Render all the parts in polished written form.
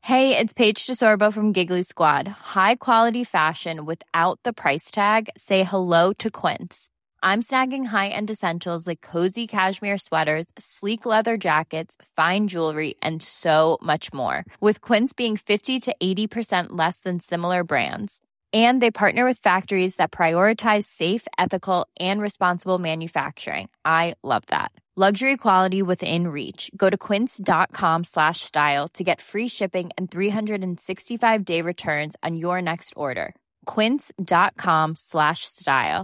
Hey, it's Paige DeSorbo from Giggly Squad. High quality fashion without the price tag. Say hello to Quince. I'm snagging high-end essentials like cozy cashmere sweaters, sleek leather jackets, fine jewelry, and so much more. With Quince being 50 to 80% less than similar brands. And they partner with factories that prioritize safe, ethical, and responsible manufacturing. I love that. Luxury quality within reach. Go to quince.com/style to get free shipping and 365-day returns on your next order. Quince.com/style.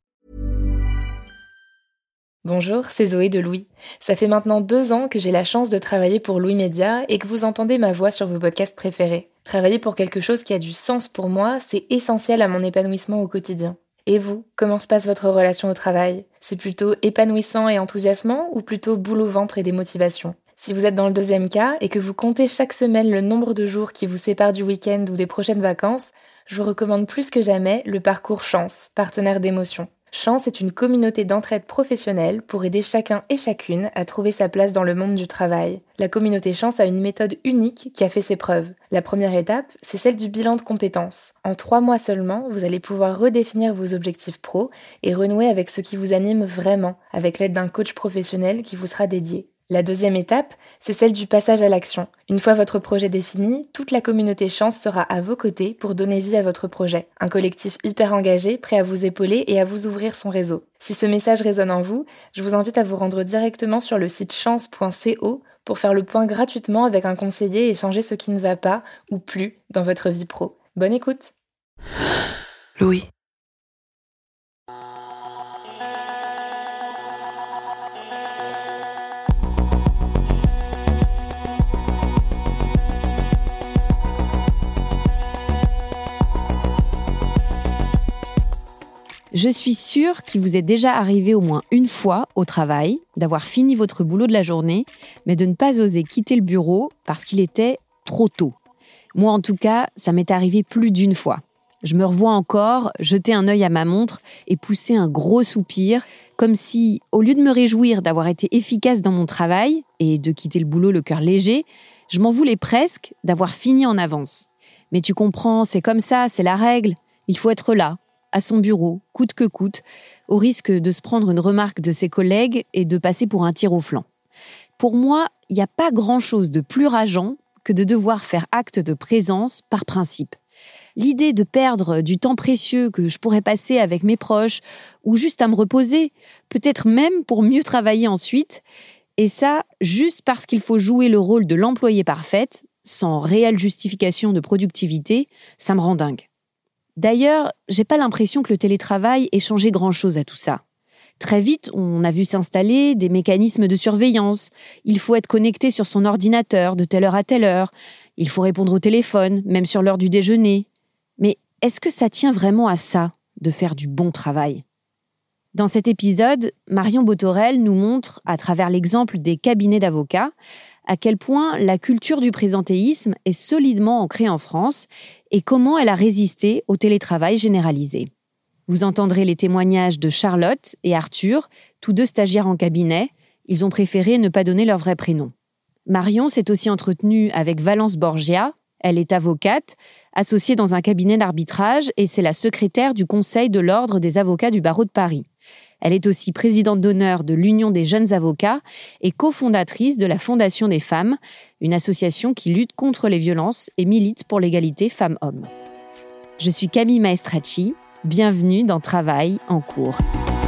Bonjour, c'est Zoé de Louis. Ça fait maintenant 2 ans que j'ai la chance de travailler pour Louis Média et que vous entendez ma voix sur vos podcasts préférés. Travailler pour quelque chose qui a du sens pour moi, c'est essentiel à mon épanouissement au quotidien. Et vous, comment se passe votre relation au travail ? C'est plutôt épanouissant et enthousiasmant ou plutôt boule au ventre et démotivation ? Si vous êtes dans le deuxième cas et que vous comptez chaque semaine le nombre de jours qui vous séparent du week-end ou des prochaines vacances, je vous recommande plus que jamais le parcours Chance, partenaire d'émotion. Chance est une communauté d'entraide professionnelle pour aider chacun et chacune à trouver sa place dans le monde du travail. La communauté Chance a une méthode unique qui a fait ses preuves. La première étape, c'est celle du bilan de compétences. En 3 mois seulement, vous allez pouvoir redéfinir vos objectifs pro et renouer avec ce qui vous anime vraiment, avec l'aide d'un coach professionnel qui vous sera dédié. La deuxième étape, c'est celle du passage à l'action. Une fois votre projet défini, toute la communauté Chance sera à vos côtés pour donner vie à votre projet. Un collectif hyper engagé, prêt à vous épauler et à vous ouvrir son réseau. Si ce message résonne en vous, je vous invite à vous rendre directement sur le site chance.co pour faire le point gratuitement avec un conseiller et changer ce qui ne va pas ou plus dans votre vie pro. Bonne écoute. Louis. Je suis sûre qu'il vous est déjà arrivé au moins une fois au travail d'avoir fini votre boulot de la journée, mais de ne pas oser quitter le bureau parce qu'il était trop tôt. Moi, en tout cas, ça m'est arrivé plus d'une fois. Je me revois encore jeter un œil à ma montre et pousser un gros soupir, comme si, au lieu de me réjouir d'avoir été efficace dans mon travail et de quitter le boulot le cœur léger, je m'en voulais presque d'avoir fini en avance. Mais tu comprends, c'est comme ça, c'est la règle. Il faut être là, à son bureau, coûte que coûte, au risque de se prendre une remarque de ses collègues et de passer pour un tir au flanc. Pour moi, il n'y a pas grand-chose de plus rageant que de devoir faire acte de présence par principe. L'idée de perdre du temps précieux que je pourrais passer avec mes proches ou juste à me reposer, peut-être même pour mieux travailler ensuite, et ça, juste parce qu'il faut jouer le rôle de l'employé parfaite, sans réelle justification de productivité, ça me rend dingue. D'ailleurs, j'ai pas l'impression que le télétravail ait changé grand-chose à tout ça. Très vite, on a vu s'installer des mécanismes de surveillance. Il faut être connecté sur son ordinateur de telle heure à telle heure. Il faut répondre au téléphone, même sur l'heure du déjeuner. Mais est-ce que ça tient vraiment à ça, de faire du bon travail ? Dans cet épisode, Marion Botorel nous montre, à travers l'exemple des cabinets d'avocats, à quel point la culture du présentéisme est solidement ancrée en France et comment elle a résisté au télétravail généralisé. Vous entendrez les témoignages de Charlotte et Arthur, tous 2 stagiaires en cabinet. Ils ont préféré ne pas donner leur vrai prénom. Marion s'est aussi entretenue avec Valence Borgia. Elle est avocate, associée dans un cabinet d'arbitrage et c'est la secrétaire du Conseil de l'Ordre des avocats du barreau de Paris. Elle est aussi présidente d'honneur de l'Union des jeunes avocats et cofondatrice de la Fondation des femmes, une association qui lutte contre les violences et milite pour l'égalité femmes-hommes. Je suis Camille Maestracci, bienvenue dans Travail en cours.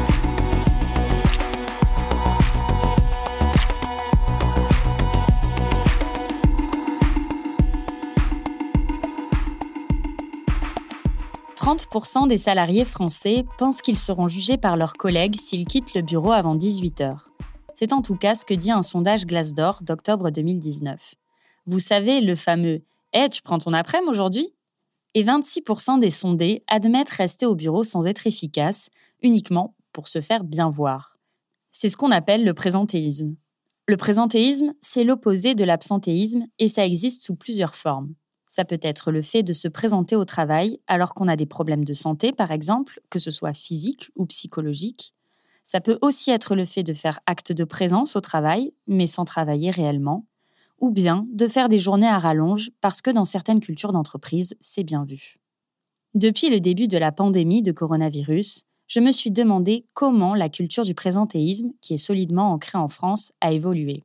« 30% des salariés français pensent qu'ils seront jugés par leurs collègues s'ils quittent le bureau avant 18h. C'est en tout cas ce que dit un sondage Glassdoor d'octobre 2019. Vous savez, le fameux « Hey, tu prends ton après-midi aujourd'hui ?» Et 26% des sondés admettent rester au bureau sans être efficaces, uniquement pour se faire bien voir. C'est ce qu'on appelle le présentéisme. Le présentéisme, c'est l'opposé de l'absentéisme et ça existe sous plusieurs formes. Ça peut être le fait de se présenter au travail alors qu'on a des problèmes de santé, par exemple, que ce soit physique ou psychologique. Ça peut aussi être le fait de faire acte de présence au travail, mais sans travailler réellement. ou bien de faire des journées à rallonge parce que dans certaines cultures d'entreprise, c'est bien vu. Depuis le début de la pandémie de coronavirus, je me suis demandé comment la culture du présentéisme, qui est solidement ancrée en France, a évolué.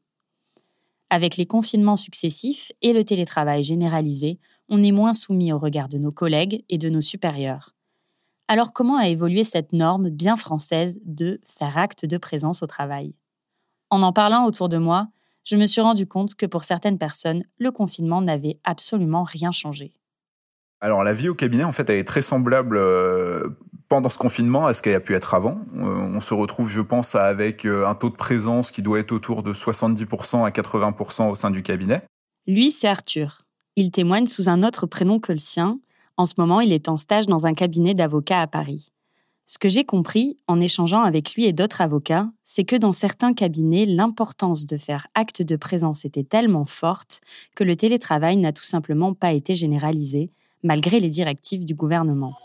Avec les confinements successifs et le télétravail généralisé, on est moins soumis au regard de nos collègues et de nos supérieurs. Alors comment a évolué cette norme bien française de faire acte de présence au travail ? En parlant autour de moi, je me suis rendu compte que pour certaines personnes, le confinement n'avait absolument rien changé. Alors la vie au cabinet, en fait, elle est très semblable pendant ce confinement à ce qu'elle a pu être avant. On se retrouve, je pense, avec un taux de présence qui doit être autour de 70% à 80% au sein du cabinet. Lui, c'est Arthur. Il témoigne sous un autre prénom que le sien. En ce moment, il est en stage dans un cabinet d'avocats à Paris. Ce que j'ai compris, en échangeant avec lui et d'autres avocats, c'est que dans certains cabinets, l'importance de faire acte de présence était tellement forte que le télétravail n'a tout simplement pas été généralisé, malgré les directives du gouvernement.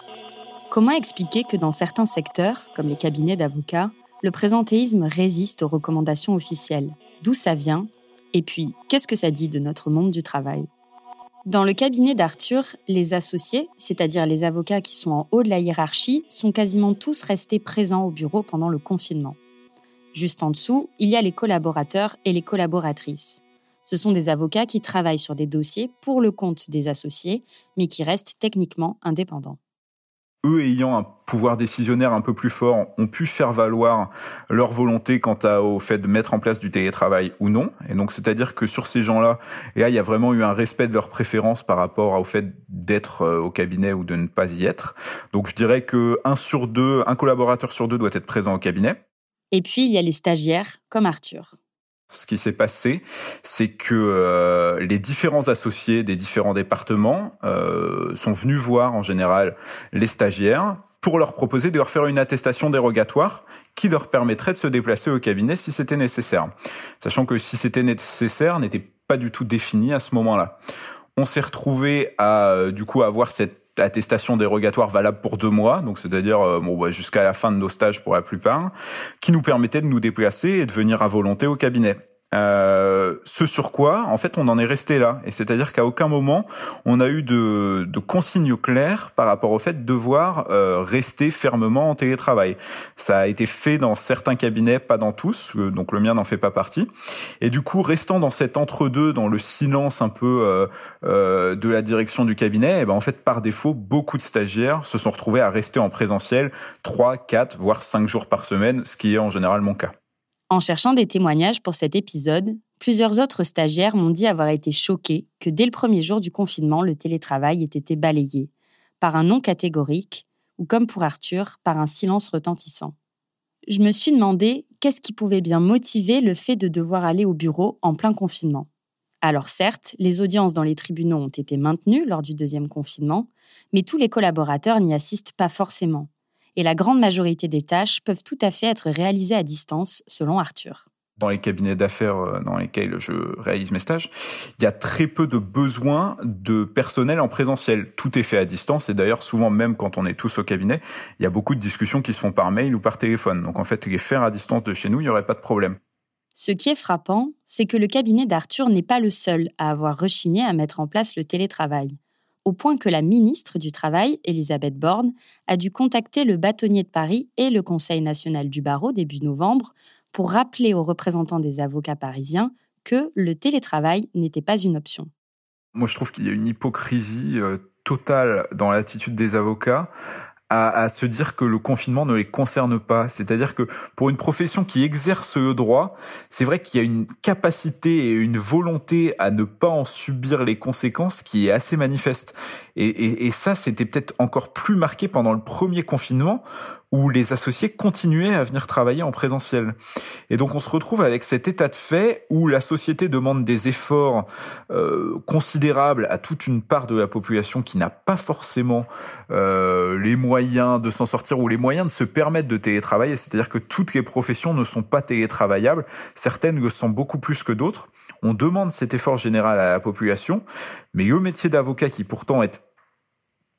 Comment expliquer que dans certains secteurs, comme les cabinets d'avocats, le présentéisme résiste aux recommandations officielles ? D'où ça vient ? Et puis, qu'est-ce que ça dit de notre monde du travail ? Dans le cabinet d'Arthur, les associés, c'est-à-dire les avocats qui sont en haut de la hiérarchie, sont quasiment tous restés présents au bureau pendant le confinement. Juste en dessous, il y a les collaborateurs et les collaboratrices. Ce sont des avocats qui travaillent sur des dossiers pour le compte des associés, mais qui restent techniquement indépendants. Eux, ayant un pouvoir décisionnaire un peu plus fort, ont pu faire valoir leur volonté quant au fait de mettre en place du télétravail ou non. Et donc, c'est-à-dire que sur ces gens-là, il y a vraiment eu un respect de leurs préférences par rapport au fait d'être au cabinet ou de ne pas y être. Donc, je dirais que un collaborateur sur deux doit être présent au cabinet. Et puis, il y a les stagiaires, comme Arthur. Ce qui s'est passé, c'est que les différents associés des différents départements sont venus voir en général les stagiaires pour leur proposer de leur faire une attestation dérogatoire qui leur permettrait de se déplacer au cabinet si c'était nécessaire. Sachant que si c'était nécessaire, n'était pas du tout défini à ce moment-là. On s'est retrouvé à avoir cette attestation dérogatoire valable pour 2 mois, donc c'est-à-dire jusqu'à la fin de nos stages pour la plupart, qui nous permettait de nous déplacer et de venir à volonté au cabinet. Ce sur quoi, en fait, on en est resté là. Et c'est-à-dire qu'à aucun moment, on a eu de consignes claires par rapport au fait de devoir rester fermement en télétravail. Ça a été fait dans certains cabinets, pas dans tous, donc le mien n'en fait pas partie. Et du coup, restant dans cet entre-deux, dans le silence un peu de la direction du cabinet, en fait, par défaut, beaucoup de stagiaires se sont retrouvés à rester en présentiel 3, 4, voire 5 jours par semaine, ce qui est en général mon cas. En cherchant des témoignages pour cet épisode, plusieurs autres stagiaires m'ont dit avoir été choqués que dès le premier jour du confinement, le télétravail ait été balayé par un non catégorique ou, comme pour Arthur, par un silence retentissant. Je me suis demandé qu'est-ce qui pouvait bien motiver le fait de devoir aller au bureau en plein confinement. Alors certes, les audiences dans les tribunaux ont été maintenues lors du 2e confinement, mais tous les collaborateurs n'y assistent pas forcément. Et la grande majorité des tâches peuvent tout à fait être réalisées à distance, selon Arthur. Dans les cabinets d'affaires dans lesquels je réalise mes stages, il y a très peu de besoin de personnel en présentiel. Tout est fait à distance et d'ailleurs, souvent même quand on est tous au cabinet, il y a beaucoup de discussions qui se font par mail ou par téléphone. Donc en fait, les faire à distance de chez nous, il n'y aurait pas de problème. Ce qui est frappant, c'est que le cabinet d'Arthur n'est pas le seul à avoir rechigné à mettre en place le télétravail. Au point que la ministre du Travail, Elisabeth Borne, a dû contacter le bâtonnier de Paris et le Conseil national du barreau début novembre pour rappeler aux représentants des avocats parisiens que le télétravail n'était pas une option. Moi, je trouve qu'il y a une hypocrisie totale dans l'attitude des avocats à se dire que le confinement ne les concerne pas. C'est-à-dire que pour une profession qui exerce le droit, c'est vrai qu'il y a une capacité et une volonté à ne pas en subir les conséquences qui est assez manifeste. Et ça, c'était peut-être encore plus marqué pendant le premier confinement où les associés continuaient à venir travailler en présentiel. Et donc on se retrouve avec cet état de fait où la société demande des efforts considérables à toute une part de la population qui n'a pas forcément les moyens de s'en sortir ou les moyens de se permettre de télétravailler. C'est-à-dire que toutes les professions ne sont pas télétravaillables. Certaines le sont beaucoup plus que d'autres. On demande cet effort général à la population, mais le métier d'avocat qui pourtant est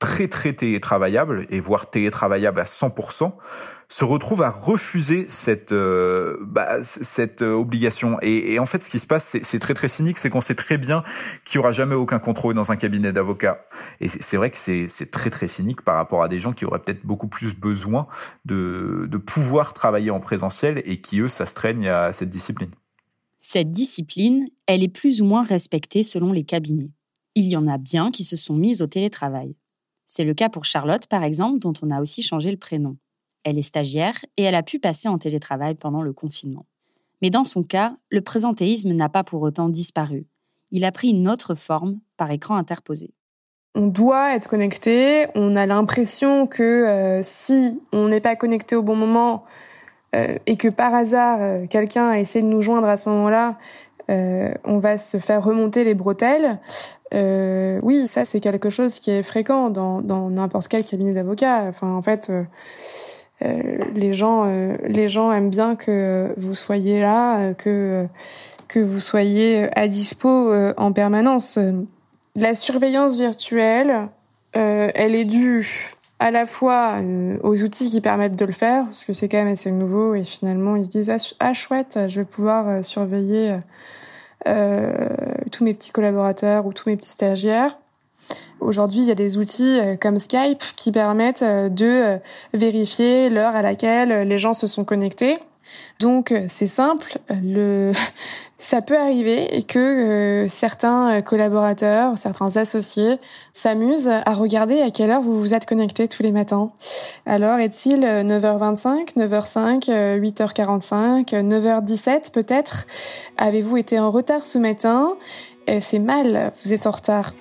très très télétravaillables, et voire télétravaillables à 100%, se retrouvent à refuser cette obligation. Et en fait, ce qui se passe, c'est très très cynique, c'est qu'on sait très bien qu'il y aura jamais aucun contrôle dans un cabinet d'avocats. Et c'est vrai que c'est très très cynique par rapport à des gens qui auraient peut-être beaucoup plus besoin de pouvoir travailler en présentiel et qui, eux, s'astreignent à cette discipline. Cette discipline, elle est plus ou moins respectée selon les cabinets. Il y en a bien qui se sont mis au télétravail. C'est le cas pour Charlotte, par exemple, dont on a aussi changé le prénom. Elle est stagiaire et elle a pu passer en télétravail pendant le confinement. Mais dans son cas, le présentéisme n'a pas pour autant disparu. Il a pris une autre forme par écran interposé. On doit être connecté, on a l'impression que si on n'est pas connecté au bon moment et que par hasard quelqu'un a essayé de nous joindre à ce moment-là, on va se faire remonter les bretelles. Oui, ça c'est quelque chose qui est fréquent dans n'importe quel cabinet d'avocats. Enfin, en fait, les gens aiment bien que vous soyez là, que vous soyez à dispo en permanence. La surveillance virtuelle, elle est due à la fois aux outils qui permettent de le faire, parce que c'est quand même assez nouveau, et finalement ils se disent ah chouette, je vais pouvoir surveiller tous mes petits collaborateurs ou tous mes petits stagiaires. Aujourd'hui, il y a des outils comme Skype qui permettent de vérifier l'heure à laquelle les gens se sont connectés. Donc c'est simple, ça peut arriver que certains collaborateurs, certains associés s'amusent à regarder à quelle heure vous vous êtes connectés tous les matins. Alors est-il 9h25, 9h05, 8h45, 9h17 peut-être? Avez-vous été en retard ce matin? C'est mal, vous êtes en retard.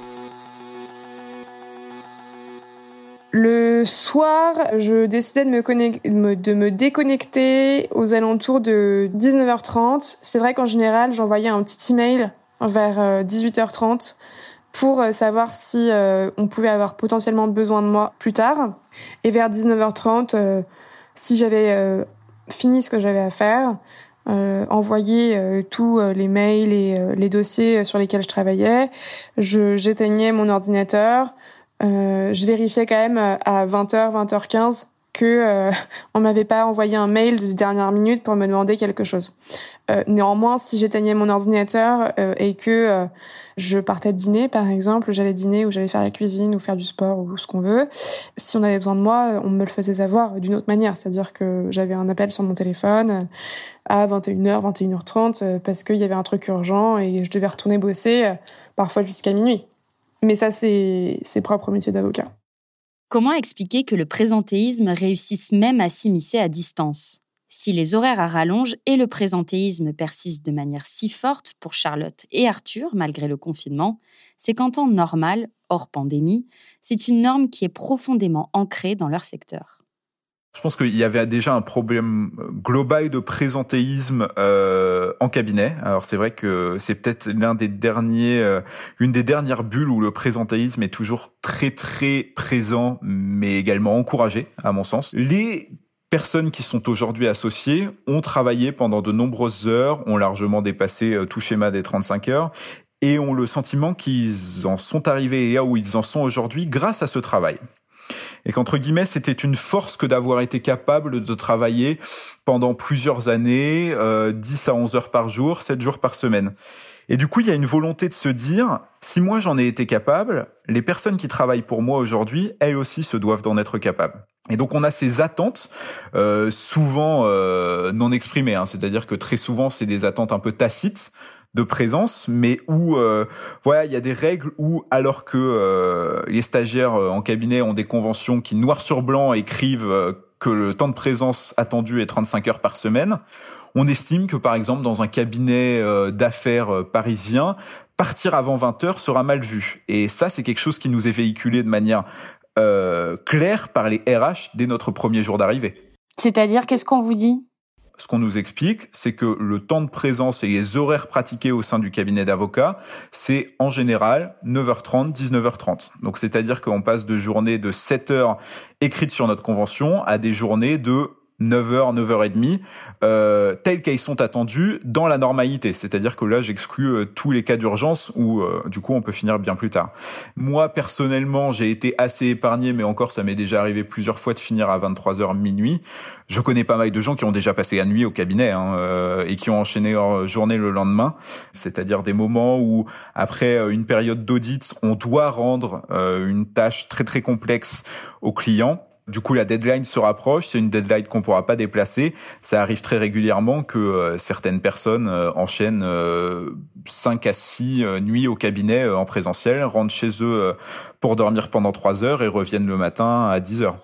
Le soir, je décidais de me déconnecter aux alentours de 19h30. C'est vrai qu'en général, j'envoyais un petit email vers 18h30 pour savoir si on pouvait avoir potentiellement besoin de moi plus tard. Et vers 19h30, si j'avais fini ce que j'avais à faire, envoyer tous les mails et les dossiers sur lesquels je travaillais, j'éteignais mon ordinateur. Je vérifiais quand même à 20h, 20h15 que on m'avait pas envoyé un mail de dernière minute pour me demander quelque chose. Néanmoins, si j'éteignais mon ordinateur et que je partais de dîner, par exemple, j'allais dîner ou j'allais faire la cuisine ou faire du sport ou ce qu'on veut, si on avait besoin de moi, on me le faisait savoir d'une autre manière. C'est-à-dire que j'avais un appel sur mon téléphone à 21h, 21h30 parce qu'il y avait un truc urgent et je devais retourner bosser parfois jusqu'à minuit. Mais ça, c'est propre au métier d'avocat. Comment expliquer que le présentéisme réussisse même à s'immiscer à distance? Si les horaires à rallonge et le présentéisme persistent de manière si forte pour Charlotte et Arthur, malgré le confinement, c'est qu'en temps normal, hors pandémie, c'est une norme qui est profondément ancrée dans leur secteur. Je pense qu'il y avait déjà un problème global de présentéisme en cabinet. Alors c'est vrai que c'est peut-être une des dernières bulles où le présentéisme est toujours très très présent, mais également encouragé, à mon sens. Les personnes qui sont aujourd'hui associées ont travaillé pendant de nombreuses heures, ont largement dépassé tout schéma des 35 heures, et ont le sentiment qu'ils en sont arrivés là où ils en sont aujourd'hui grâce à ce travail. Et qu'entre guillemets, c'était une force que d'avoir été capable de travailler pendant plusieurs années, 10 à 11 heures par jour, 7 jours par semaine. Et du coup, il y a une volonté de se dire, si moi j'en ai été capable, les personnes qui travaillent pour moi aujourd'hui, elles aussi se doivent d'en être capables. Et donc on a ces attentes, souvent non exprimées, c'est-à-dire que très souvent c'est des attentes un peu tacites, de présence, mais où il y a des règles où, alors que les stagiaires en cabinet ont des conventions qui noir sur blanc écrivent que le temps de présence attendu est 35 heures par semaine, on estime que par exemple dans un cabinet d'affaires parisien, partir avant 20 heures sera mal vu. Et ça, c'est quelque chose qui nous est véhiculé de manière claire par les RH dès notre premier jour d'arrivée. C'est-à-dire, qu'est-ce qu'on vous dit ? Ce qu'on nous explique, c'est que le temps de présence et les horaires pratiqués au sein du cabinet d'avocats, c'est en général 9h30, 19h30. Donc c'est-à-dire qu'on passe de journées de 7 heures écrites sur notre convention à des journées de 9h, 9h30, tels qu'ils sont attendus dans la normalité. C'est-à-dire que là, j'exclus tous les cas d'urgence où, du coup, on peut finir bien plus tard. Moi, personnellement, j'ai été assez épargné, mais encore, ça m'est déjà arrivé plusieurs fois de finir à 23h, minuit. Je connais pas mal de gens qui ont déjà passé la nuit au cabinet et qui ont enchaîné leur journée le lendemain. C'est-à-dire des moments où, après une période d'audit, on doit rendre une tâche très, très complexe au client. Du coup, la deadline se rapproche. C'est une deadline qu'on pourra pas déplacer. Ça arrive très régulièrement que certaines personnes enchaînent 5 à 6 nuits au cabinet en présentiel, rentrent chez eux pour dormir pendant 3 heures et reviennent le matin à 10 heures.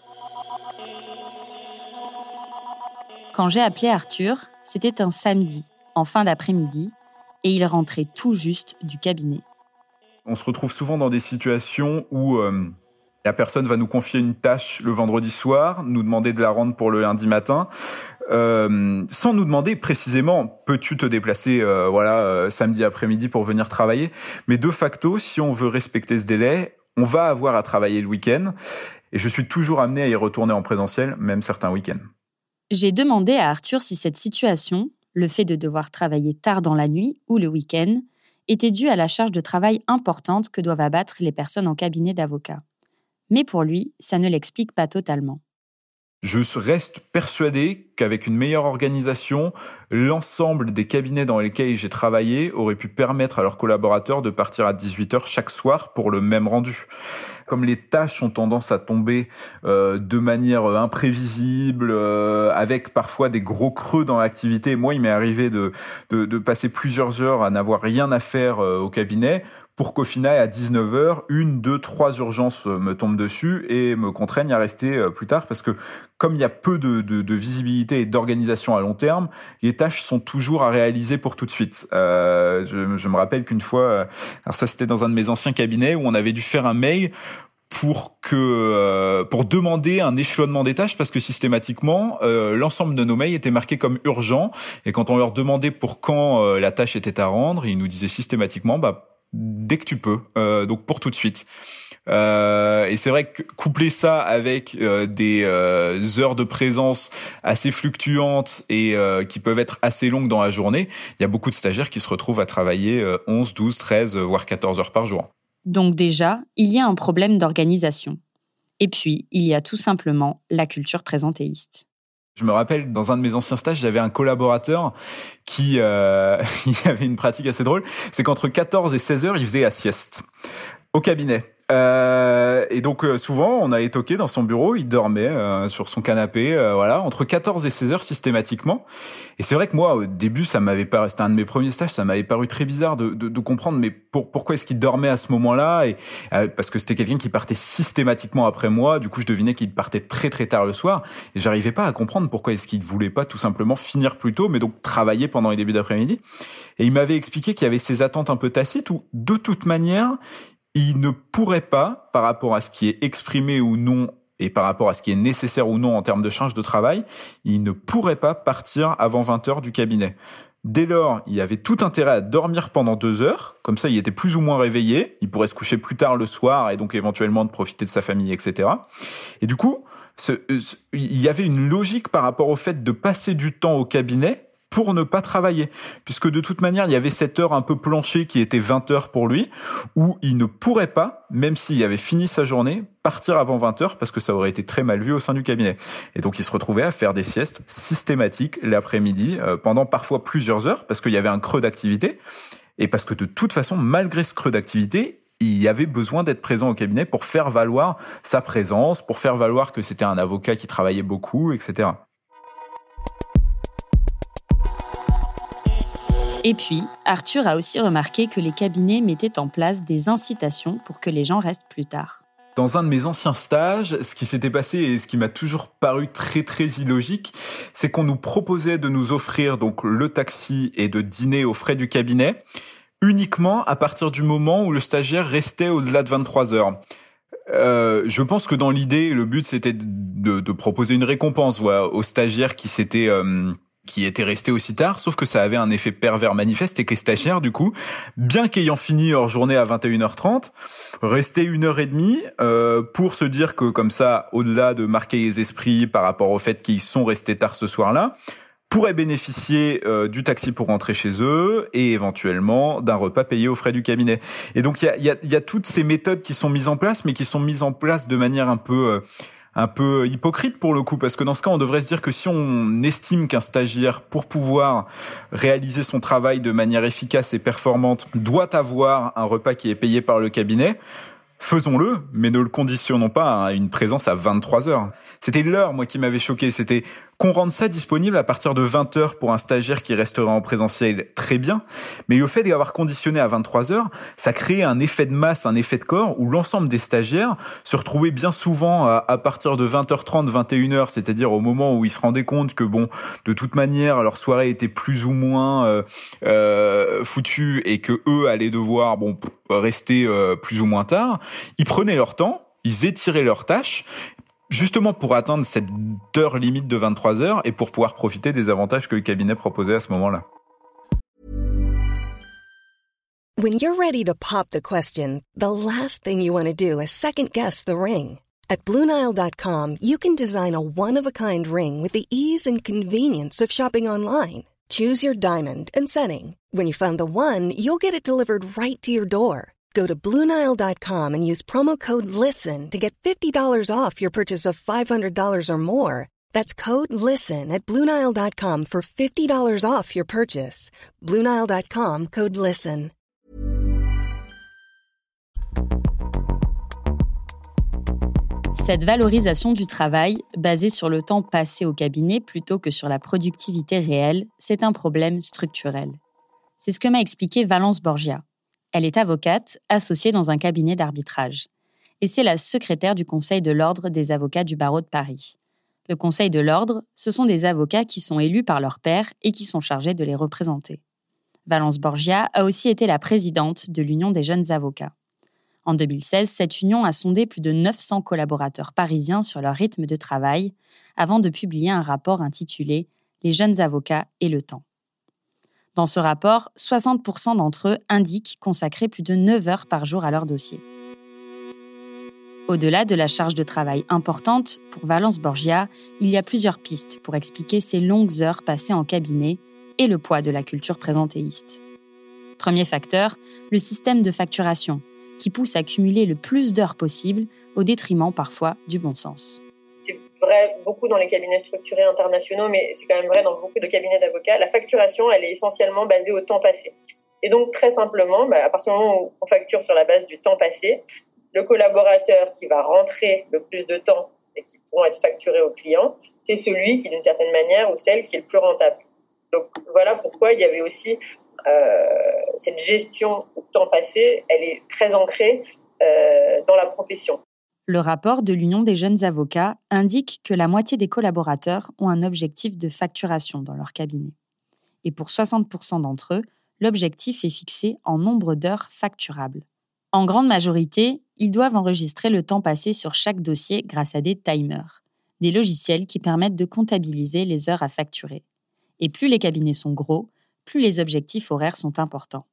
Quand j'ai appelé Arthur, c'était un samedi, en fin d'après-midi, et il rentrait tout juste du cabinet. On se retrouve souvent dans des situations où la personne va nous confier une tâche le vendredi soir, nous demander de la rendre pour le lundi matin, sans nous demander précisément peux-tu te déplacer samedi après-midi pour venir travailler. Mais de facto, si on veut respecter ce délai, on va avoir à travailler le week-end. Et je suis toujours amené à y retourner en présentiel, même certains week-ends. J'ai demandé à Arthur si cette situation, le fait de devoir travailler tard dans la nuit ou le week-end, était due à la charge de travail importante que doivent abattre les personnes en cabinet d'avocat. Mais pour lui, ça ne l'explique pas totalement. Je reste persuadé qu'avec une meilleure organisation, l'ensemble des cabinets dans lesquels j'ai travaillé aurait pu permettre à leurs collaborateurs de partir à 18h chaque soir pour le même rendu. Comme les tâches ont tendance à tomber de manière imprévisible, avec parfois des gros creux dans l'activité. Moi, il m'est arrivé de passer plusieurs heures à n'avoir rien à faire au cabinet, pour qu'au final, à 19h, 1, 2, 3 urgences me tombent dessus et me contraignent à rester plus tard, parce que comme il y a peu de visibilité et d'organisation à long terme, les tâches sont toujours à réaliser pour tout de suite. Je me rappelle qu'une fois, alors ça c'était dans un de mes anciens cabinets, où on avait dû faire un mail pour demander un échelonnement des tâches, parce que systématiquement l'ensemble de nos mails étaient marqués comme urgents, et quand on leur demandait pour quand la tâche était à rendre, ils nous disaient systématiquement dès que tu peux, donc pour tout de suite. Et c'est vrai que coupler ça avec des heures de présence assez fluctuantes et qui peuvent être assez longues dans la journée, il y a beaucoup de stagiaires qui se retrouvent à travailler 11, 12, 13, voire 14 heures par jour. Donc déjà, il y a un problème d'organisation. Et puis, il y a tout simplement la culture présentéiste. Je me rappelle, dans un de mes anciens stages, j'avais un collaborateur qui il avait une pratique assez drôle, c'est qu'entre 14 et 16 heures, il faisait la sieste au cabinet. Et donc souvent on allait toquer dans son bureau, il dormait sur son canapé, entre 14 et 16 heures systématiquement. Et c'est vrai que moi au début c'était un de mes premiers stages, ça m'avait paru très bizarre de comprendre mais pourquoi est-ce qu'il dormait à ce moment-là, et parce que c'était quelqu'un qui partait systématiquement après moi, du coup je devinais qu'il partait très très tard le soir, et j'arrivais pas à comprendre pourquoi est-ce qu'il voulait pas tout simplement finir plus tôt, mais donc travailler pendant les débuts d'après-midi. Et il m'avait expliqué qu'il y avait ces attentes un peu tacites où de toute manière il ne pourrait pas, par rapport à ce qui est exprimé ou non, et par rapport à ce qui est nécessaire ou non en termes de charge de travail, il ne pourrait pas partir avant 20h du cabinet. Dès lors, il avait tout intérêt à dormir pendant 2 heures, comme ça il était plus ou moins réveillé, il pourrait se coucher plus tard le soir et donc éventuellement de profiter de sa famille, etc. Et du coup, il y avait une logique par rapport au fait de passer du temps au cabinet pour ne pas travailler, puisque de toute manière, il y avait cette heure un peu planchée qui était 20 heures pour lui, où il ne pourrait pas, même s'il avait fini sa journée, partir avant 20 heures, parce que ça aurait été très mal vu au sein du cabinet. Et donc, il se retrouvait à faire des siestes systématiques l'après-midi, pendant parfois plusieurs heures, parce qu'il y avait un creux d'activité, et parce que de toute façon, malgré ce creux d'activité, il y avait besoin d'être présent au cabinet pour faire valoir sa présence, pour faire valoir que c'était un avocat qui travaillait beaucoup, etc. Et puis, Arthur a aussi remarqué que les cabinets mettaient en place des incitations pour que les gens restent plus tard. Dans un de mes anciens stages, ce qui s'était passé et ce qui m'a toujours paru très très illogique, c'est qu'on nous proposait de nous offrir donc le taxi et de dîner aux frais du cabinet uniquement à partir du moment où le stagiaire restait au-delà de 23 heures. Je pense que dans l'idée, le but c'était de proposer une récompense aux stagiaires qui s'étaient qui était resté aussi tard, sauf que ça avait un effet pervers manifeste et que les stagiaires, du coup, bien qu'ayant fini leur journée à 21h30, restaient 1h30 pour se dire que comme ça, au-delà de marquer les esprits par rapport au fait qu'ils sont restés tard ce soir-là, pourraient bénéficier du taxi pour rentrer chez eux et éventuellement d'un repas payé aux frais du cabinet. Et donc il y a toutes ces méthodes qui sont mises en place, mais qui sont mises en place de manière un peu hypocrite pour le coup, parce que dans ce cas, on devrait se dire que si on estime qu'un stagiaire, pour pouvoir réaliser son travail de manière efficace et performante, doit avoir un repas qui est payé par le cabinet, faisons-le, mais ne le conditionnons pas à une présence à 23h. C'était l'heure, moi, qui m'avait choqué. C'était qu'on rende ça disponible à partir de 20h pour un stagiaire qui restera en présentiel, très bien. Mais le fait d'avoir conditionné à 23h, ça crée un effet de masse, un effet de corps où l'ensemble des stagiaires se retrouvaient bien souvent à partir de 20h30, 21h, c'est-à-dire au moment où ils se rendaient compte que bon, de toute manière, leur soirée était plus ou moins foutue et que eux allaient devoir rester plus ou moins tard. Ils prenaient leur temps, ils étiraient leurs tâches, justement pour atteindre cette heure limite de 23h et pour pouvoir profiter des avantages que le cabinet proposait à ce moment-là. When you're ready to pop the question, the last thing you want to do is second-guess the ring. At BlueNile.com, you can design a one-of-a-kind ring with the ease and convenience of shopping online. Choose your diamond and setting. When you find the one, you'll get it delivered right to your door. Go to BlueNile.com and use promo code LISTEN to get $50 off your purchase of $500 or more. That's code LISTEN at BlueNile.com for $50 off your purchase. BlueNile.com, code LISTEN. Cette valorisation du travail, basée sur le temps passé au cabinet plutôt que sur la productivité réelle, c'est un problème structurel. C'est ce que m'a expliqué Valence Borgia. Elle est avocate, associée dans un cabinet d'arbitrage. Et c'est la secrétaire du Conseil de l'Ordre des avocats du barreau de Paris. Le Conseil de l'Ordre, ce sont des avocats qui sont élus par leurs pairs et qui sont chargés de les représenter. Valence Borgia a aussi été la présidente de l'Union des jeunes avocats. En 2016, cette union a sondé plus de 900 collaborateurs parisiens sur leur rythme de travail avant de publier un rapport intitulé « Les jeunes avocats et le temps ». Dans ce rapport, 60% d'entre eux indiquent consacrer plus de 9 heures par jour à leur dossier. Au-delà de la charge de travail importante, pour Valence Borgia, il y a plusieurs pistes pour expliquer ces longues heures passées en cabinet et le poids de la culture présentéiste. Premier facteur, le système de facturation, qui pousse à cumuler le plus d'heures possible au détriment parfois du bon sens. C'est vrai beaucoup dans les cabinets structurés internationaux, mais c'est quand même vrai dans beaucoup de cabinets d'avocats. La facturation, elle est essentiellement basée au temps passé. Et donc, très simplement, à partir du moment où on facture sur la base du temps passé, le collaborateur qui va rentrer le plus de temps et qui pourront être facturés au client, c'est celui qui, d'une certaine manière, ou celle qui est le plus rentable. Donc, voilà pourquoi il y avait aussi cette gestion au temps passé, elle est très ancrée dans la profession. Le rapport de l'Union des jeunes avocats indique que la moitié des collaborateurs ont un objectif de facturation dans leur cabinet. Et pour 60% d'entre eux, l'objectif est fixé en nombre d'heures facturables. En grande majorité, ils doivent enregistrer le temps passé sur chaque dossier grâce à des timers, des logiciels qui permettent de comptabiliser les heures à facturer. Et plus les cabinets sont gros, plus les objectifs horaires sont importants.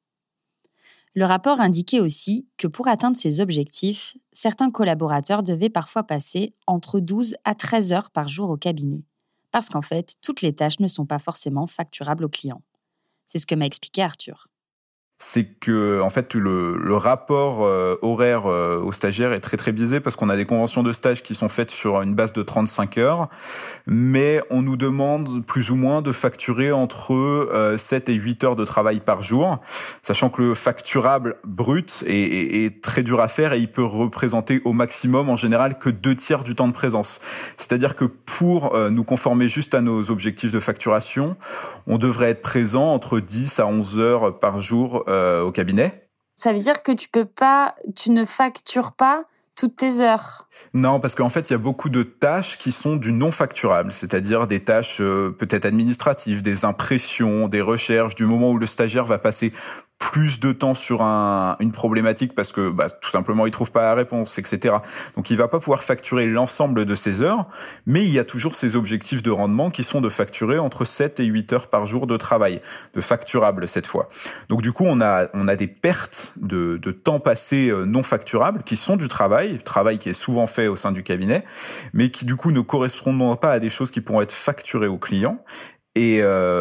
Le rapport indiquait aussi que pour atteindre ces objectifs, certains collaborateurs devaient parfois passer entre 12 à 13 heures par jour au cabinet, parce qu'en fait, toutes les tâches ne sont pas forcément facturables aux clients. C'est ce que m'a expliqué Arthur. C'est que en fait le rapport horaire aux stagiaires est très très biaisé parce qu'on a des conventions de stage qui sont faites sur une base de 35 heures, mais on nous demande plus ou moins de facturer entre 7 et 8 heures de travail par jour, sachant que le facturable brut est très dur à faire et il peut représenter au maximum en général que 2/3 du temps de présence. C'est-à-dire que pour nous conformer juste à nos objectifs de facturation, on devrait être présent entre 10 à 11 heures par jour au cabinet. Ça veut dire que tu ne factures pas toutes tes heures? Non, parce qu'en fait, il y a beaucoup de tâches qui sont du non facturable, c'est-à-dire des tâches peut-être administratives, des impressions, des recherches, du moment où le stagiaire va passer plus de temps sur une problématique parce que tout simplement il trouve pas la réponse, etc. Donc il va pas pouvoir facturer l'ensemble de ses heures, mais il y a toujours ces objectifs de rendement qui sont de facturer entre 7 et 8 heures par jour de travail, de facturable cette fois. Donc du coup on a des pertes de temps passé non facturables qui sont du travail qui est souvent fait au sein du cabinet, mais qui du coup ne correspondent pas à des choses qui pourront être facturées aux clients. Et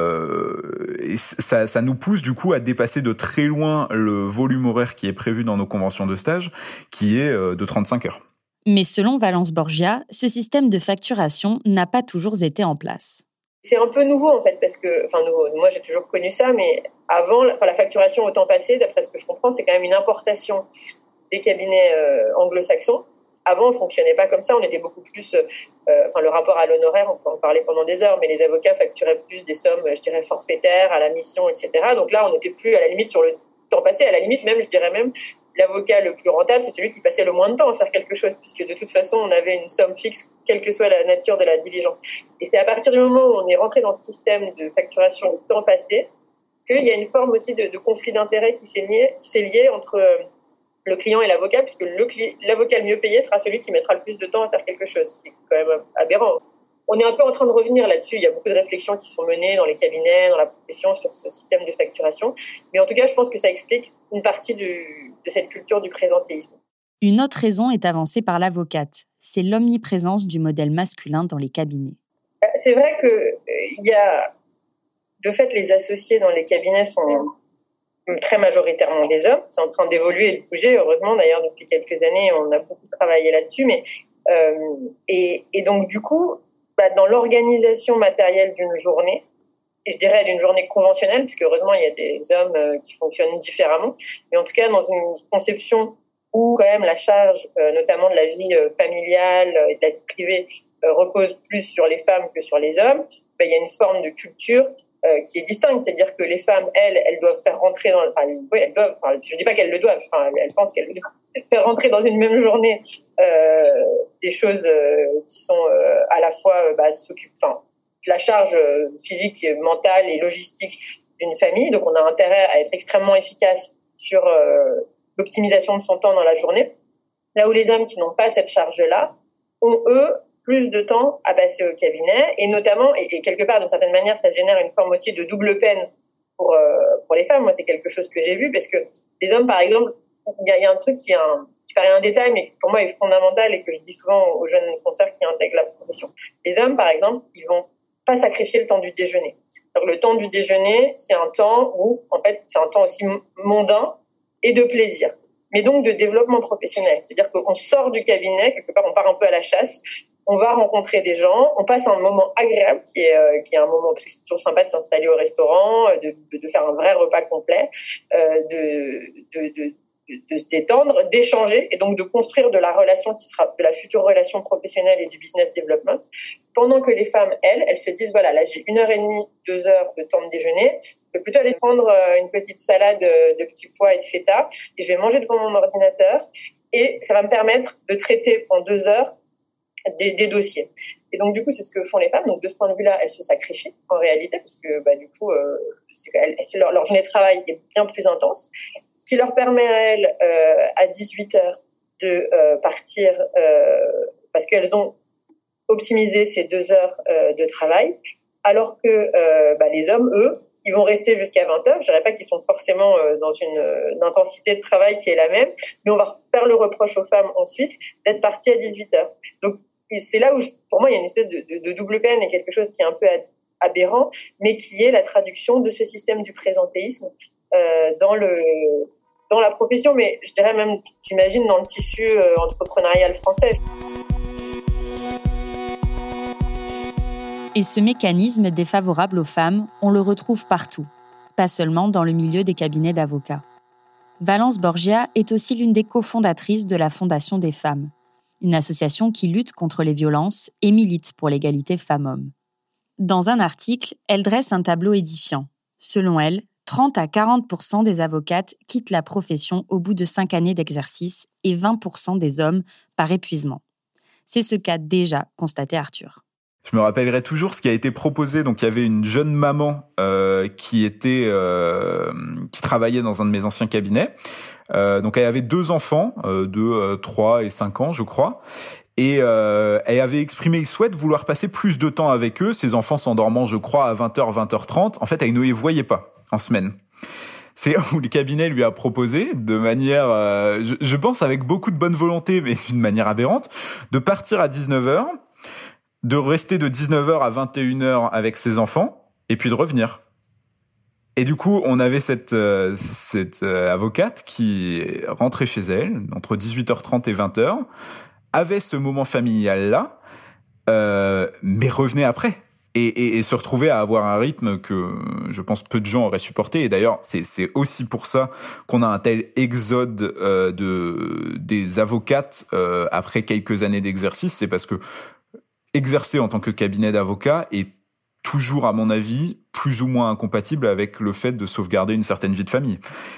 ça nous pousse du coup à dépasser de très loin le volume horaire qui est prévu dans nos conventions de stage, qui est de 35 heures. Mais selon Valence Borgia, ce système de facturation n'a pas toujours été en place. C'est un peu nouveau en fait, parce que, moi j'ai toujours connu ça, mais avant, la facturation au temps passé, d'après ce que je comprends, c'est quand même une importation des cabinets anglo-saxons. Avant, on fonctionnait pas comme ça, on était beaucoup plus... le rapport à l'honoraire, on peut en parler pendant des heures, mais les avocats facturaient plus des sommes, je dirais, forfaitaires, à la mission, etc. Donc là, on n'était plus à la limite sur le temps passé, à la limite même, je dirais même, l'avocat le plus rentable, c'est celui qui passait le moins de temps à faire quelque chose, puisque de toute façon, on avait une somme fixe, quelle que soit la nature de la diligence. Et c'est à partir du moment où on est rentré dans ce système de facturation au temps passé, qu'il y a une forme aussi de conflit d'intérêts qui s'est lié entre... le client et l'avocat, puisque l'avocat le mieux payé sera celui qui mettra le plus de temps à faire quelque chose, ce qui est quand même aberrant. On est un peu en train de revenir là-dessus. Il y a beaucoup de réflexions qui sont menées dans les cabinets, dans la profession, sur ce système de facturation. Mais en tout cas, je pense que ça explique une partie de cette culture du présentéisme. Une autre raison est avancée par l'avocate. C'est l'omniprésence du modèle masculin dans les cabinets. C'est vrai qu'il y a... De fait, les associés dans les cabinets sont... très majoritairement des hommes. C'est en train d'évoluer et de bouger, heureusement. D'ailleurs, depuis quelques années, on a beaucoup travaillé là-dessus. Mais et donc, du coup, dans l'organisation matérielle d'une journée, et je dirais d'une journée conventionnelle, puisque heureusement, il y a des hommes qui fonctionnent différemment, mais en tout cas, dans une conception où quand même la charge, notamment de la vie familiale et de la vie privée, repose plus sur les femmes que sur les hommes, il y a une forme de culture qui est distincte, c'est-à-dire que les femmes, elles doivent faire rentrer dans... elles doivent, je dis pas qu'elles le doivent, elles pensent qu'elles le doivent faire rentrer dans une même journée des choses qui sont à la fois de la charge physique, mentale et logistique d'une famille. Donc on a intérêt à être extrêmement efficace sur l'optimisation de son temps dans la journée. Là où les hommes qui n'ont pas cette charge-là ont, eux, plus de temps à passer au cabinet, et notamment, et quelque part, d'une certaine manière, ça génère une forme aussi de double peine pour les femmes. Moi, c'est quelque chose que j'ai vu, parce que les hommes, par exemple, il y a un truc qui paraît un détail, mais qui pour moi est fondamental et que je dis souvent aux jeunes consoeurs qui intègrent la profession. Les hommes, par exemple, ils vont pas sacrifier le temps du déjeuner. Alors, le temps du déjeuner, c'est un temps où, en fait, c'est un temps aussi mondain et de plaisir, mais donc de développement professionnel. C'est-à-dire qu'on sort du cabinet, quelque part, on part un peu à la chasse, on va rencontrer des gens, on passe un moment agréable qui est un moment, parce que c'est toujours sympa de s'installer au restaurant, de faire un vrai repas complet, de se détendre, d'échanger et donc de construire de la relation qui sera de la future relation professionnelle et du business development. Pendant que les femmes, elles se disent, voilà, là j'ai 1h30, 2 heures de temps de déjeuner, je vais plutôt aller prendre une petite salade de petits pois et de feta et je vais manger devant mon ordinateur et ça va me permettre de traiter en 2 heures des dossiers. Et donc du coup c'est ce que font les femmes. Donc de ce point de vue-là, elles se sacrifient en réalité parce que du coup leur journée de travail est bien plus intense. Ce qui leur permet à elles, à 18h, de partir parce qu'elles ont optimisé ces 2 heures de travail, alors que les hommes, eux, ils vont rester jusqu'à 20h. Je dirais pas qu'ils sont forcément dans une intensité de travail qui est la même, mais on va faire le reproche aux femmes ensuite d'être parties à 18h. Donc, c'est là où, pour moi, il y a une espèce de double peine et quelque chose qui est un peu aberrant, mais qui est la traduction de ce système du présentéisme dans la profession, mais je dirais même, j'imagine, dans le tissu entrepreneurial français. Et ce mécanisme défavorable aux femmes, on le retrouve partout, pas seulement dans le milieu des cabinets d'avocats. Valence Borgia est aussi l'une des cofondatrices de la Fondation des femmes, une association qui lutte contre les violences et milite pour l'égalité femmes-hommes. Dans un article, elle dresse un tableau édifiant. Selon elle, 30 à 40% des avocates quittent la profession au bout de 5 années d'exercice et 20% des hommes par épuisement. C'est ce qu'a déjà constaté Arthur. Je me rappellerai toujours ce qui a été proposé. Donc, il y avait une jeune maman qui travaillait dans un de mes anciens cabinets. Donc, elle avait 2 enfants de 3 et 5 ans, je crois. Et elle avait exprimé le souhait de vouloir passer plus de temps avec eux. Ses enfants s'endormant, je crois, à 20h, 20h30. En fait, elle ne les voyait pas en semaine. C'est où le cabinet lui a proposé, de manière, je pense avec beaucoup de bonne volonté, mais d'une manière aberrante, de partir à 19h, de rester de 19h à 21h avec ses enfants, et puis de revenir. Et du coup, on avait cette avocate qui rentrait chez elle, entre 18h30 et 20h, avait ce moment familial-là, mais revenait après. Et se retrouver à avoir un rythme que je pense peu de gens auraient supporté. Et d'ailleurs, c'est aussi pour ça qu'on a un tel exode des avocates après quelques années d'exercice. C'est parce que exercer en tant que cabinet d'avocat est toujours, à mon avis, plus ou moins incompatible avec le fait de sauvegarder une certaine vie de famille.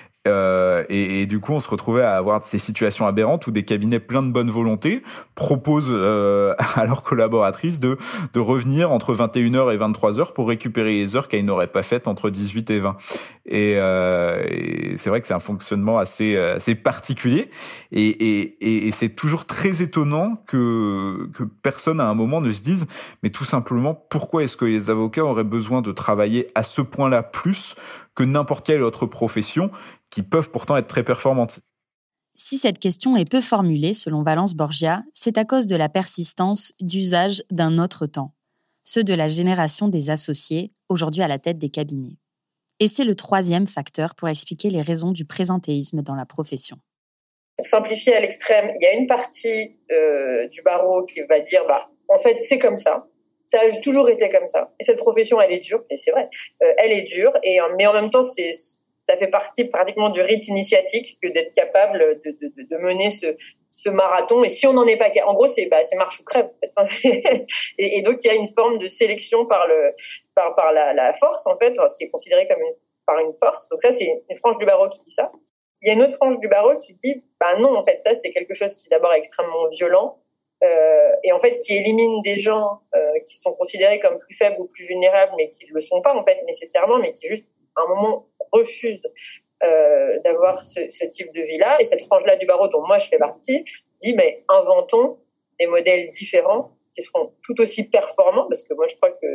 Et du coup, on se retrouvait à avoir ces situations aberrantes où des cabinets pleins de bonne volonté proposent à leurs collaboratrices de revenir entre 21h et 23h pour récupérer les heures qu'elles n'auraient pas faites entre 18 et 20. Et c'est vrai que c'est un fonctionnement assez particulier. Et c'est toujours très étonnant que personne à un moment ne se dise, mais tout simplement, pourquoi est-ce que les avocats auraient besoin de travailler à ce point-là plus que n'importe quelle autre profession qui peuvent pourtant être très performantes. Si cette question est peu formulée, selon Valence Borgia, c'est à cause de la persistance d'usages d'un autre temps, ceux de la génération des associés, aujourd'hui à la tête des cabinets. Et c'est le 3e facteur pour expliquer les raisons du présentéisme dans la profession. Pour simplifier à l'extrême, il y a une partie du barreau qui va dire en fait, c'est comme ça. Ça a toujours été comme ça. Et cette profession, elle est dure, et c'est vrai. Elle est dure, mais en même temps, ça fait partie pratiquement du rite initiatique que d'être capable de mener ce marathon. Et si on n'en est pas capable, en gros, c'est marche ou crève. En fait. et donc, il y a une forme de sélection par la force, en fait, ce qui est considéré comme par une force. Donc ça, c'est une frange du barreau qui dit ça. Il y a une autre frange du barreau qui dit, non, en fait, ça, c'est quelque chose qui d'abord est extrêmement violent. Et en fait qui élimine des gens qui sont considérés comme plus faibles ou plus vulnérables mais qui ne le sont pas en fait nécessairement, mais qui juste à un moment refusent d'avoir ce type de vie-là. Et cette frange-là du barreau dont moi je fais partie dit inventons des modèles différents qui seront tout aussi performants, parce que moi je crois que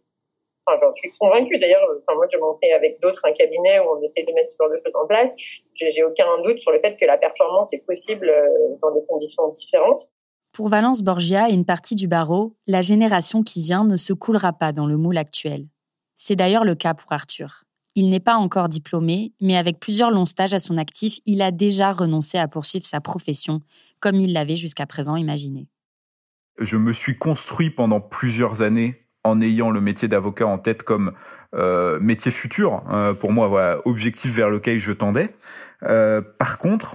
j'en suis convaincue d'ailleurs. Moi j'ai monté avec d'autres un cabinet où on essaie de mettre ce genre de choses en place. J'ai aucun doute sur le fait que la performance est possible dans des conditions différentes. Pour Valence Borgia et une partie du barreau, la génération qui vient ne se coulera pas dans le moule actuel. C'est d'ailleurs le cas pour Arthur. Il n'est pas encore diplômé, mais avec plusieurs longs stages à son actif, il a déjà renoncé à poursuivre sa profession, comme il l'avait jusqu'à présent imaginé. Je me suis construit pendant plusieurs années en ayant le métier d'avocat en tête comme métier futur. Pour moi, voilà, objectif vers lequel je tendais. Par contre,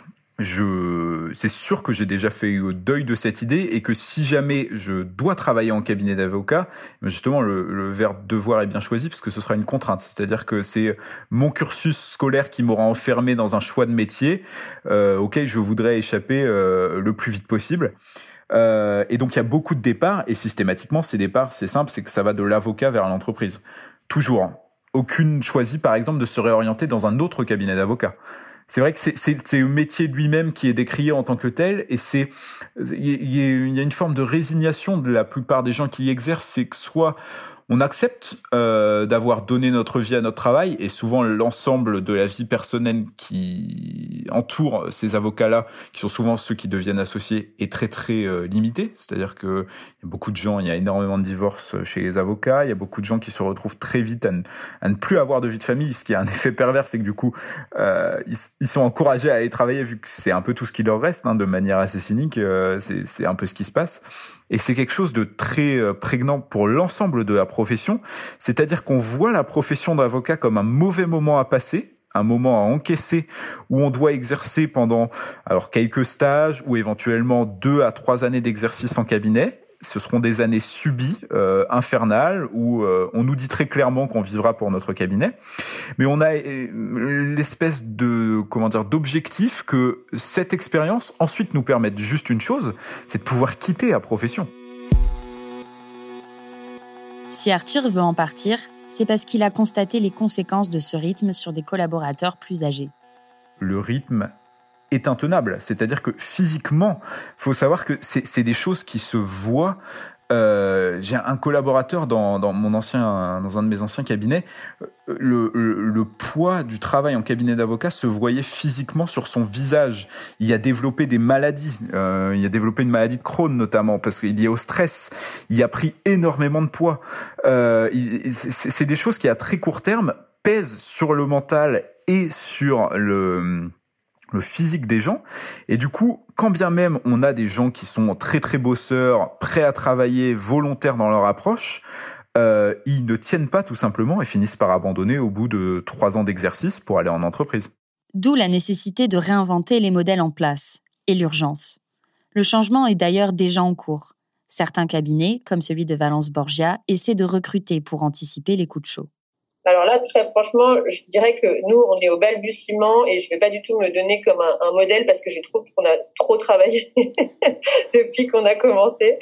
c'est sûr que j'ai déjà fait le deuil de cette idée et que si jamais je dois travailler en cabinet d'avocat, justement le verbe devoir est bien choisi parce que ce sera une contrainte. C'est-à-dire que c'est mon cursus scolaire qui m'aura enfermé dans un choix de métier auquel je voudrais échapper le plus vite possible. Et donc il y a beaucoup de départs et systématiquement ces départs, c'est simple, c'est que ça va de l'avocat vers l'entreprise. Toujours. Aucune choisit par exemple de se réorienter dans un autre cabinet d'avocat. C'est vrai que c'est le métier lui-même qui est décrié en tant que tel, et il y a une forme de résignation de la plupart des gens qui y exercent, c'est que soit on accepte d'avoir donné notre vie à notre travail, et souvent l'ensemble de la vie personnelle qui entoure ces avocats-là, qui sont souvent ceux qui deviennent associés, est très très limité. C'est-à-dire que il y a beaucoup de gens, il y a énormément de divorces chez les avocats, il y a beaucoup de gens qui se retrouvent très vite à ne plus avoir de vie de famille, ce qui a un effet pervers, c'est que du coup ils sont encouragés à aller travailler vu que c'est un peu tout ce qui leur reste, de manière assez cynique, c'est un peu ce qui se passe. Et c'est quelque chose de très prégnant pour l'ensemble de la profession, c'est-à-dire qu'on voit la profession d'avocat comme un mauvais moment à passer, un moment à encaisser où on doit exercer pendant quelques stages ou éventuellement 2 à 3 années d'exercice en cabinet. Ce seront des années subies, infernales, où on nous dit très clairement qu'on vivra pour notre cabinet. Mais on a l'espèce d'objectif que cette expérience ensuite nous permette juste une chose, c'est de pouvoir quitter la profession. Si Arthur veut en partir, c'est parce qu'il a constaté les conséquences de ce rythme sur des collaborateurs plus âgés. Le rythme est intenable, c'est-à-dire que physiquement, faut savoir que c'est des choses qui se voient. J'ai un collaborateur dans un de mes anciens cabinets. Le poids du travail en cabinet d'avocat se voyait physiquement sur son visage. Il a développé des maladies. Il a développé une maladie de Crohn notamment parce qu'il est lié au stress. Il a pris énormément de poids. C'est des choses qui à très court terme pèsent sur le mental et sur le physique des gens. Et du coup, quand bien même on a des gens qui sont très très bosseurs, prêts à travailler, volontaires dans leur approche, ils ne tiennent pas tout simplement et finissent par abandonner au bout de 3 ans d'exercice pour aller en entreprise. D'où la nécessité de réinventer les modèles en place et l'urgence. Le changement est d'ailleurs déjà en cours. Certains cabinets, comme celui de Valence Borgia, essaient de recruter pour anticiper les coups de chaud. Alors là, très franchement, je dirais que nous, on est au balbutiement et je vais pas du tout me donner comme un modèle parce que je trouve qu'on a trop travaillé depuis qu'on a commencé.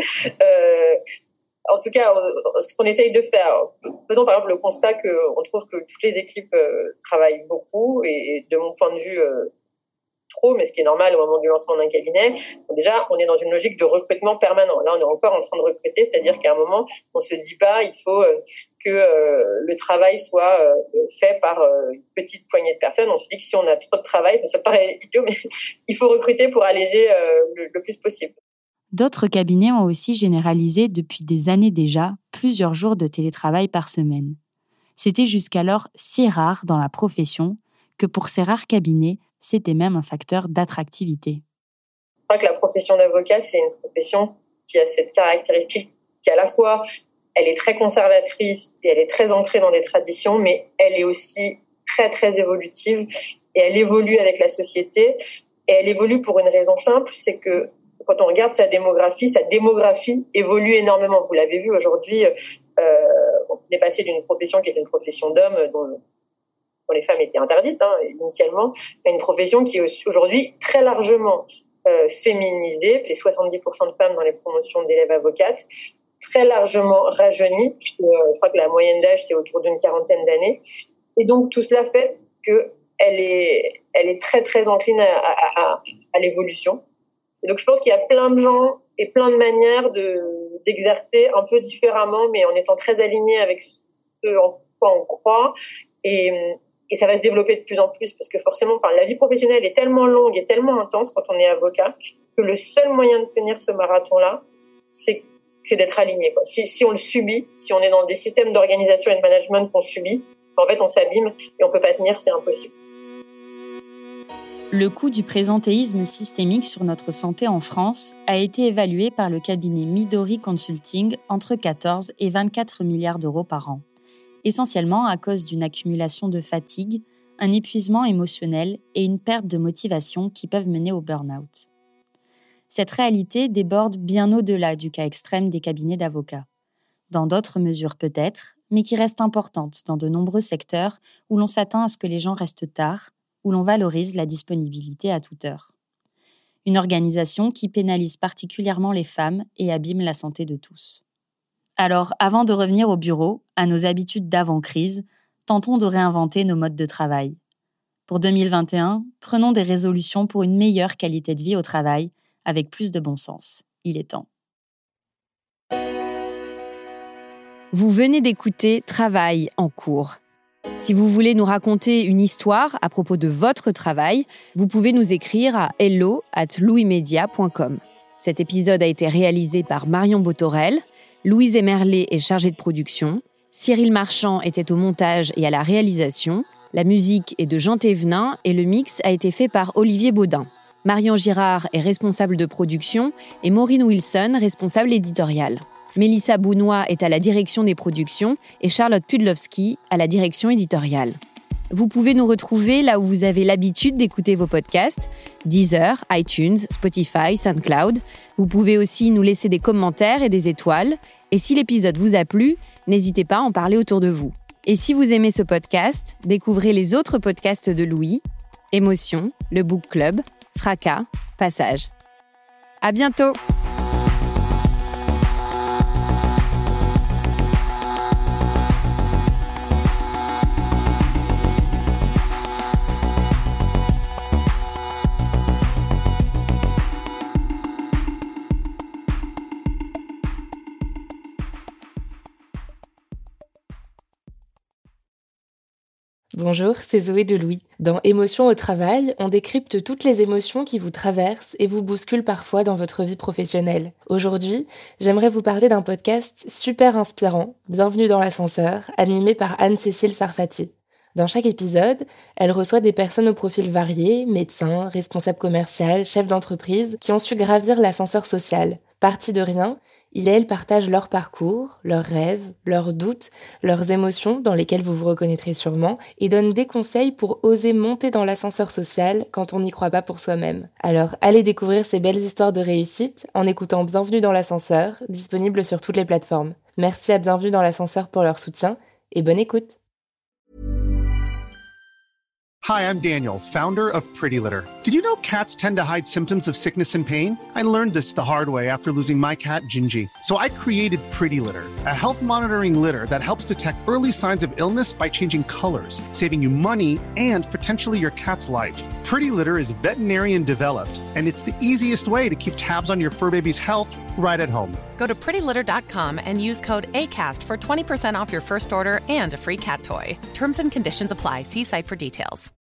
En tout cas, ce qu'on essaye de faire, faisons par exemple le constat qu'on trouve que toutes les équipes travaillent beaucoup et de mon point de vue, trop, mais ce qui est normal au moment du lancement d'un cabinet. Donc déjà, on est dans une logique de recrutement permanent. Là, on est encore en train de recruter, c'est-à-dire qu'à un moment, on se dit pas, il faut que le travail soit fait par une petite poignée de personnes. On se dit que si on a trop de travail, ça paraît idiot, mais il faut recruter pour alléger le plus possible. D'autres cabinets ont aussi généralisé depuis des années déjà plusieurs jours de télétravail par semaine. C'était jusqu'alors si rare dans la profession que pour ces rares cabinets, c'était même un facteur d'attractivité. Je crois que la profession d'avocat, c'est une profession qui a cette caractéristique qui, à la fois, elle est très conservatrice et elle est très ancrée dans des traditions, mais elle est aussi très, très évolutive et elle évolue avec la société. Et elle évolue pour une raison simple, c'est que quand on regarde sa démographie évolue énormément. Vous l'avez vu aujourd'hui, on est passé d'une profession qui était une profession d'hommes, dont les femmes étaient interdites initialement, à une profession qui est aujourd'hui très largement féminisée. C'est 70% de femmes dans les promotions d'élèves avocates, très largement rajeunie. Je crois que la moyenne d'âge, c'est autour d'une 40aine d'années. Et donc, tout cela fait qu'elle est très, très encline à l'évolution. Et donc, je pense qu'il y a plein de gens et plein de manières d'exercer un peu différemment, mais en étant très aligné avec ce en quoi on croit. Et ça va se développer de plus en plus parce que forcément, la vie professionnelle est tellement longue et tellement intense quand on est avocat que le seul moyen de tenir ce marathon-là, c'est d'être aligné, quoi. Si on le subit, si on est dans des systèmes d'organisation et de management qu'on subit, en fait, on s'abîme et on peut pas tenir, c'est impossible. Le coût du présentéisme systémique sur notre santé en France a été évalué par le cabinet Midori Consulting entre 14 et 24 milliards d'euros par an. Essentiellement à cause d'une accumulation de fatigue, un épuisement émotionnel et une perte de motivation qui peuvent mener au burn-out. Cette réalité déborde bien au-delà du cas extrême des cabinets d'avocats. Dans d'autres mesures peut-être, mais qui restent importantes dans de nombreux secteurs où l'on s'attend à ce que les gens restent tard, où l'on valorise la disponibilité à toute heure. Une organisation qui pénalise particulièrement les femmes et abîme la santé de tous. Alors, avant de revenir au bureau, à nos habitudes d'avant-crise, tentons de réinventer nos modes de travail. Pour 2021, prenons des résolutions pour une meilleure qualité de vie au travail, avec plus de bon sens. Il est temps. Vous venez d'écouter Travail en cours. Si vous voulez nous raconter une histoire à propos de votre travail, vous pouvez nous écrire à hello@louismedia.com. Cet épisode a été réalisé par Marion Botorel. Louise Emerlet est chargée de production. Cyril Marchand était au montage et à la réalisation. La musique est de Jean Thévenin et le mix a été fait par Olivier Baudin. Marion Girard est responsable de production et Maureen Wilson, responsable éditoriale. Mélissa Bounois est à la direction des productions et Charlotte Pudlowski à la direction éditoriale. Vous pouvez nous retrouver là où vous avez l'habitude d'écouter vos podcasts, Deezer, iTunes, Spotify, SoundCloud. Vous pouvez aussi nous laisser des commentaires et des étoiles. Et si l'épisode vous a plu, n'hésitez pas à en parler autour de vous. Et si vous aimez ce podcast, découvrez les autres podcasts de Louis, Émotion, le Book Club, Fracas, Passage. À bientôt! Bonjour, c'est Zoé de Louis. Dans Émotions au travail, on décrypte toutes les émotions qui vous traversent et vous bousculent parfois dans votre vie professionnelle. Aujourd'hui, j'aimerais vous parler d'un podcast super inspirant, Bienvenue dans l'ascenseur, animé par Anne-Cécile Sarfati. Dans chaque épisode, elle reçoit des personnes au profil varié, médecins, responsables commerciaux, chefs d'entreprise, qui ont su gravir l'ascenseur social. Partis de rien, ils et elles partagent leur parcours, leurs rêves, leurs doutes, leurs émotions dans lesquelles vous vous reconnaîtrez sûrement, et donnent des conseils pour oser monter dans l'ascenseur social quand on n'y croit pas pour soi-même. Alors allez découvrir ces belles histoires de réussite en écoutant Bienvenue dans l'ascenseur, disponible sur toutes les plateformes. Merci à Bienvenue dans l'ascenseur pour leur soutien, et bonne écoute. Hi, I'm Daniel, founder of Pretty Litter. Did you know cats tend to hide symptoms of sickness and pain? I learned this the hard way after losing my cat, Gingy. So I created Pretty Litter, a health monitoring litter that helps detect early signs of illness by changing colors, saving you money and potentially your cat's life. Pretty Litter is veterinarian developed, and it's the easiest way to keep tabs on your fur baby's health right at home. Go to prettylitter.com and use code ACAST for 20% off your first order and a free cat toy. Terms and conditions apply. See site for details.